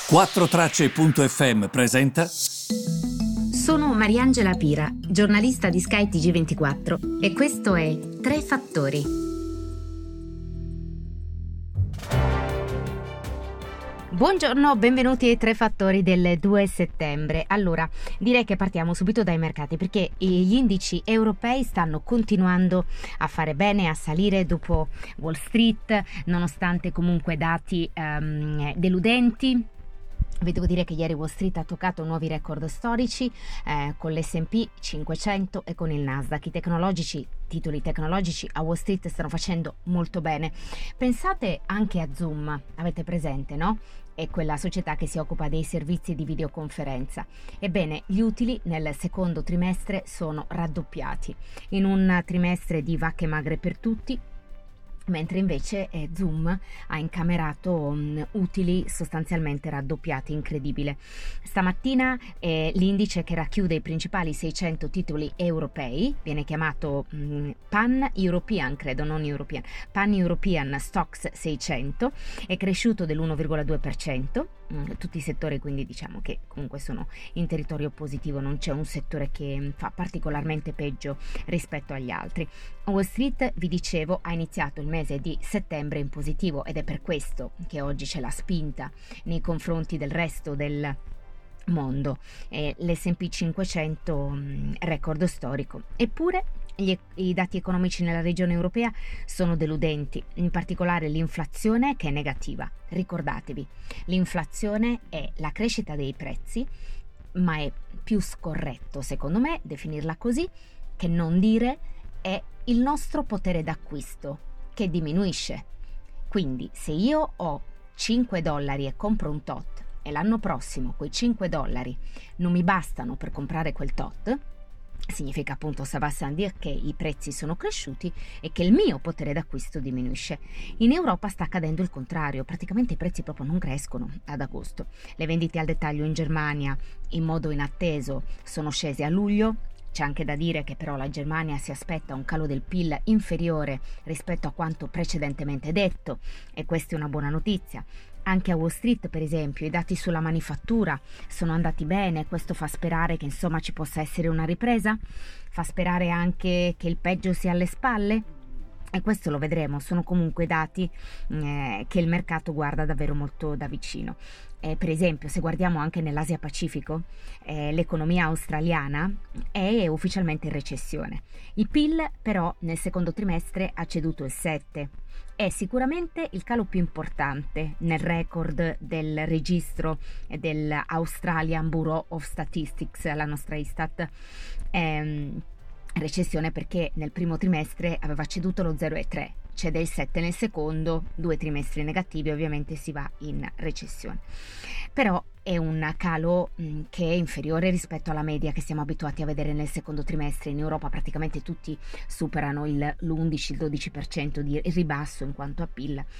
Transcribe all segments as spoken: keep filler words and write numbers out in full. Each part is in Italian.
quattro tracce punto effe emme presenta. Sono Mariangela Pira, giornalista di Sky T G ventiquattro e questo è Tre Fattori. Buongiorno, benvenuti ai Tre Fattori del due settembre. Allora, direi che partiamo subito dai mercati perché gli indici europei stanno continuando a fare bene, a salire dopo Wall Street, nonostante comunque dati um, deludenti. Vi devo dire che ieri Wall Street ha toccato nuovi record storici eh, con l'esse and pi cinquecento e con il Nasdaq. I tecnologici, titoli tecnologici a Wall Street stanno facendo molto bene. Pensate anche a Zoom, avete presente, no? È quella società che si occupa dei servizi di videoconferenza. Ebbene, gli utili nel secondo trimestre sono raddoppiati. In un trimestre di vacche magre per tutti, mentre invece eh, Zoom ha incamerato um, utili sostanzialmente raddoppiati, incredibile. Stamattina eh, l'indice che racchiude i principali seicento titoli europei, viene chiamato um, Pan European, credo, non European, Pan European Stocks seicento, è cresciuto dell'uno virgola due per cento, um, tutti i settori quindi diciamo che comunque sono in territorio positivo, non c'è un settore che um, fa particolarmente peggio rispetto agli altri. Wall Street, vi dicevo, ha iniziato il mese di settembre in positivo ed è per questo che oggi c'è la spinta nei confronti del resto del mondo. Eh, l'esse and pi cinquecento mh, record storico. Eppure gli, i dati economici nella regione europea sono deludenti, in particolare l'inflazione che è negativa. Ricordatevi, l'inflazione è la crescita dei prezzi, ma è più scorretto secondo me definirla così che non dire è il nostro potere d'acquisto che diminuisce. Quindi se io ho cinque dollari e compro un tot e l'anno prossimo quei cinque dollari non mi bastano per comprare quel tot, significa appunto, ça va sans dire, che i prezzi sono cresciuti e che il mio potere d'acquisto diminuisce. In Europa sta accadendo il contrario, praticamente i prezzi proprio non crescono ad agosto. Le vendite al dettaglio in Germania in modo inatteso sono scese a luglio. C'è anche da dire che però la Germania si aspetta un calo del P I L inferiore rispetto a quanto precedentemente detto e questa è una buona notizia. Anche a Wall Street, per esempio, i dati sulla manifattura sono andati bene, questo fa sperare che insomma ci possa essere una ripresa, fa sperare anche che il peggio sia alle spalle. E questo lo vedremo, sono comunque dati eh, che il mercato guarda davvero molto da vicino. Eh, per esempio, se guardiamo anche nell'Asia Pacifico, eh, l'economia australiana è ufficialmente in recessione. Il P I L però nel secondo trimestre ha ceduto il sette. È sicuramente il calo più importante nel record del registro dell'Australian Bureau of Statistics, la nostra Istat. Ehm, recessione perché nel primo trimestre aveva ceduto lo zero virgola tre, cede il sette nel secondo, due trimestri negativi, ovviamente si va in recessione. Però è un calo mh, che è inferiore rispetto alla media che siamo abituati a vedere nel secondo trimestre. In Europa praticamente tutti superano il, l'undici dodici per cento di ribasso in quanto a P I L.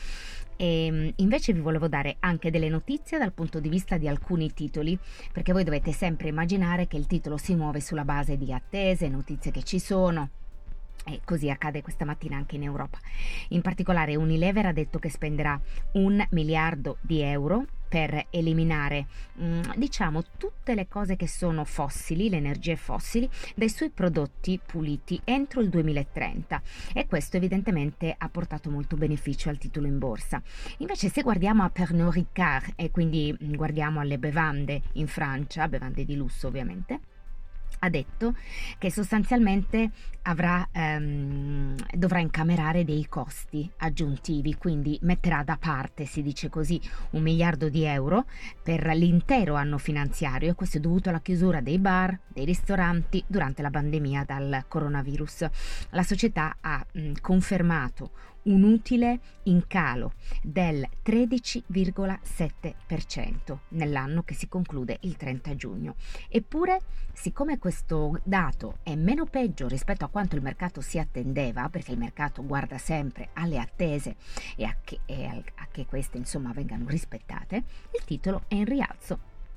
E invece vi volevo dare anche delle notizie dal punto di vista di alcuni titoli, perché voi dovete sempre immaginare che il titolo si muove sulla base di attese, notizie che ci sono. E così accade questa mattina anche in Europa. In particolare Unilever ha detto che spenderà un miliardo di euro per eliminare mh, diciamo tutte le cose che sono fossili, le energie fossili, dai suoi prodotti puliti entro il duemilatrenta e questo evidentemente ha portato molto beneficio al titolo in borsa. Invece se guardiamo a Pernod Ricard e quindi mh, guardiamo alle bevande in Francia, bevande di lusso ovviamente, ha detto che sostanzialmente avrà, ehm, dovrà incamerare dei costi aggiuntivi, quindi metterà da parte, si dice così, un miliardo di euro per l'intero anno finanziario e questo è dovuto alla chiusura dei bar, dei ristoranti durante la pandemia dal coronavirus. La società ha mh, confermato un utile in calo del tredici virgola sette per cento nell'anno che si conclude il trenta giugno. Eppure, siccome questo dato è meno peggio rispetto a quanto il mercato si attendeva, perché il mercato guarda sempre alle attese e a che, e a che queste insomma vengano rispettate, il titolo è in rialzo.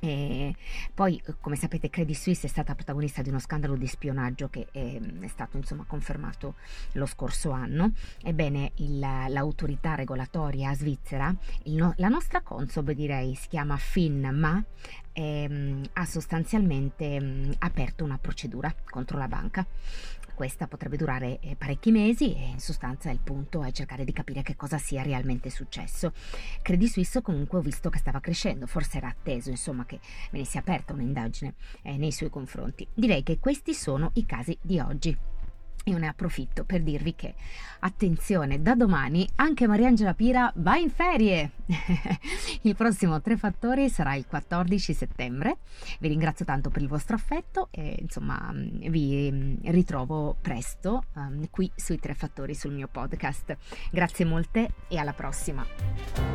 E poi, come sapete, Credit Suisse è stata protagonista di uno scandalo di spionaggio che è, è stato insomma confermato lo scorso anno. Ebbene, il, l'autorità regolatoria svizzera, il no, la nostra Consob direi, si chiama FINMA, ehm, ha sostanzialmente mh, aperto una procedura contro la banca. Questa potrebbe durare eh, parecchi mesi e in sostanza il punto è cercare di capire che cosa sia realmente successo. Credit Suisse comunque ho visto che stava crescendo, forse era atteso insomma che venisse aperta un'indagine eh, nei suoi confronti. Direi che questi sono i casi di oggi. Io ne approfitto per dirvi che, attenzione, da domani anche Mariangela Pira va in ferie. Il prossimo Tre Fattori sarà il quattordici settembre. Vi ringrazio tanto per il vostro affetto e insomma vi ritrovo presto um, qui sui Tre Fattori sul mio podcast. Grazie molte e alla prossima.